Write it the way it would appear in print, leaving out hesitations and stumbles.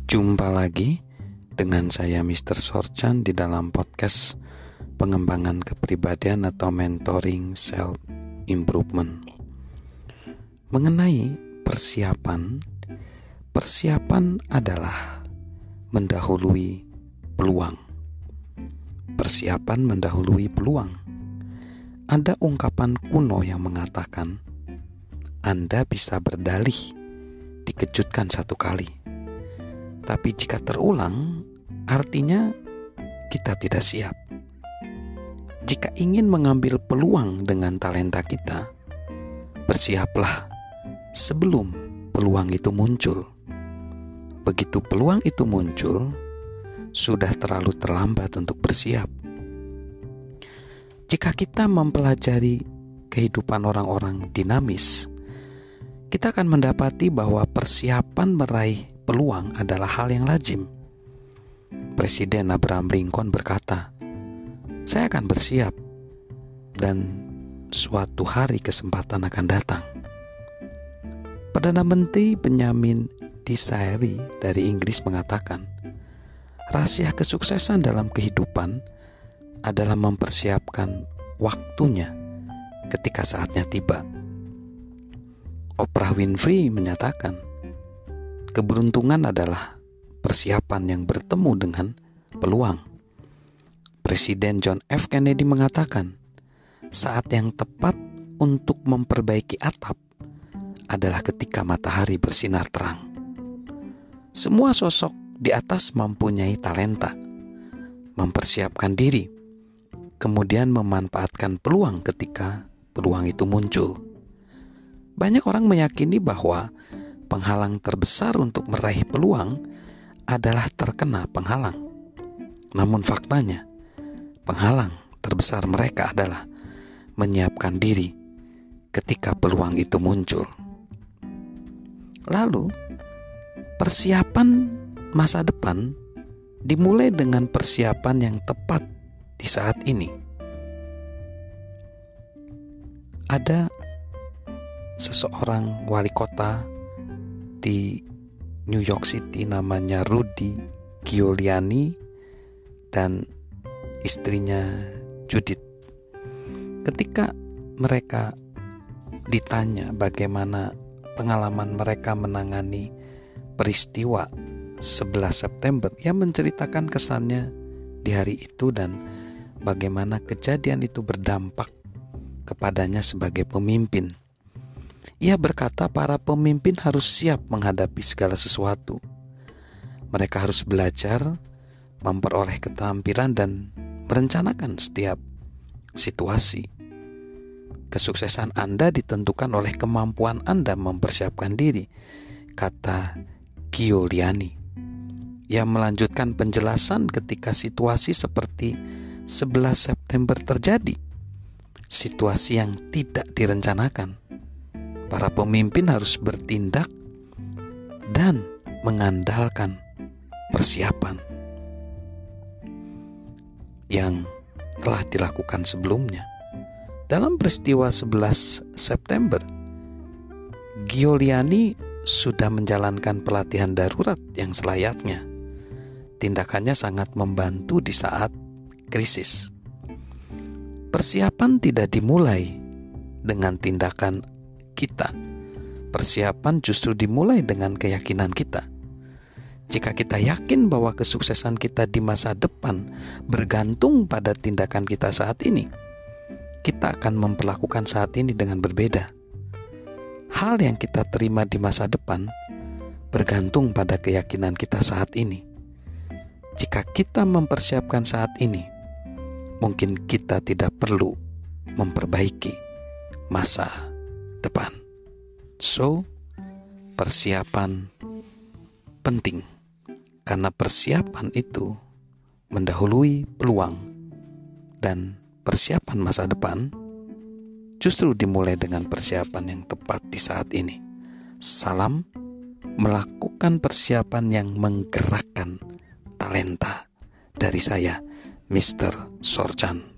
Jumpa lagi dengan saya Mr. Sorchan di dalam podcast pengembangan kepribadian atau mentoring self improvement. Mengenai persiapan adalah mendahului peluang. Persiapan mendahului peluang. Ada ungkapan kuno yang mengatakan, Anda bisa berdalih dikejutkan satu kali. Tapi jika terulang, artinya kita tidak siap. Jika ingin mengambil peluang dengan talenta kita, bersiaplah sebelum peluang itu muncul. Begitu peluang itu muncul, sudah terlalu terlambat untuk bersiap. Jika kita mempelajari kehidupan orang-orang dinamis, kita akan mendapati bahwa persiapan meraih peluang adalah hal yang lazim. Presiden Abraham Lincoln berkata, "Saya akan bersiap dan suatu hari kesempatan akan datang." Perdana Menteri Benjamin Disraeli dari Inggris mengatakan, "Rahasia kesuksesan dalam kehidupan adalah mempersiapkan waktunya ketika saatnya tiba." Oprah Winfrey menyatakan, keberuntungan adalah persiapan yang bertemu dengan peluang. Presiden John F. Kennedy mengatakan, saat yang tepat untuk memperbaiki atap adalah ketika matahari bersinar terang. Semua sosok di atas mempunyai talenta, mempersiapkan diri, kemudian memanfaatkan peluang ketika peluang itu muncul. Banyak orang meyakini bahwa penghalang terbesar untuk meraih peluang adalah terkena penghalang. Namun faktanya, penghalang terbesar mereka adalah menyiapkan diri ketika peluang itu muncul. Lalu, persiapan masa depan dimulai dengan persiapan yang tepat di saat ini. Ada seseorang wali kota di New York City namanya Rudy Giuliani dan istrinya Judith. Ketika mereka ditanya bagaimana pengalaman mereka menangani peristiwa 11 September, ia menceritakan kesannya di hari itu dan bagaimana kejadian itu berdampak kepadanya sebagai pemimpin. Ia berkata para pemimpin harus siap menghadapi segala sesuatu. Mereka harus belajar, memperoleh keterampilan dan merencanakan setiap situasi. Kesuksesan Anda ditentukan oleh kemampuan Anda mempersiapkan diri, kata Giuliani. Ia melanjutkan penjelasan ketika situasi seperti 11 September terjadi, situasi yang tidak direncanakan. Para pemimpin harus bertindak dan mengandalkan persiapan yang telah dilakukan sebelumnya. Dalam peristiwa 11 September, Giuliani sudah menjalankan pelatihan darurat yang selayaknya. Tindakannya sangat membantu di saat krisis. Persiapan tidak dimulai dengan tindakan kita. Persiapan justru dimulai dengan keyakinan kita. Jika kita yakin bahwa kesuksesan kita di masa depan bergantung pada tindakan kita saat ini, kita akan memperlakukan saat ini dengan berbeda. Hal yang kita terima di masa depan bergantung pada keyakinan kita saat ini. Jika kita mempersiapkan saat ini, mungkin kita tidak perlu memperbaiki masa depan. So, persiapan penting karena persiapan itu mendahului peluang dan persiapan masa depan justru dimulai dengan persiapan yang tepat di saat ini. Salam melakukan persiapan yang menggerakkan talenta dari saya, Mr. Sorchan.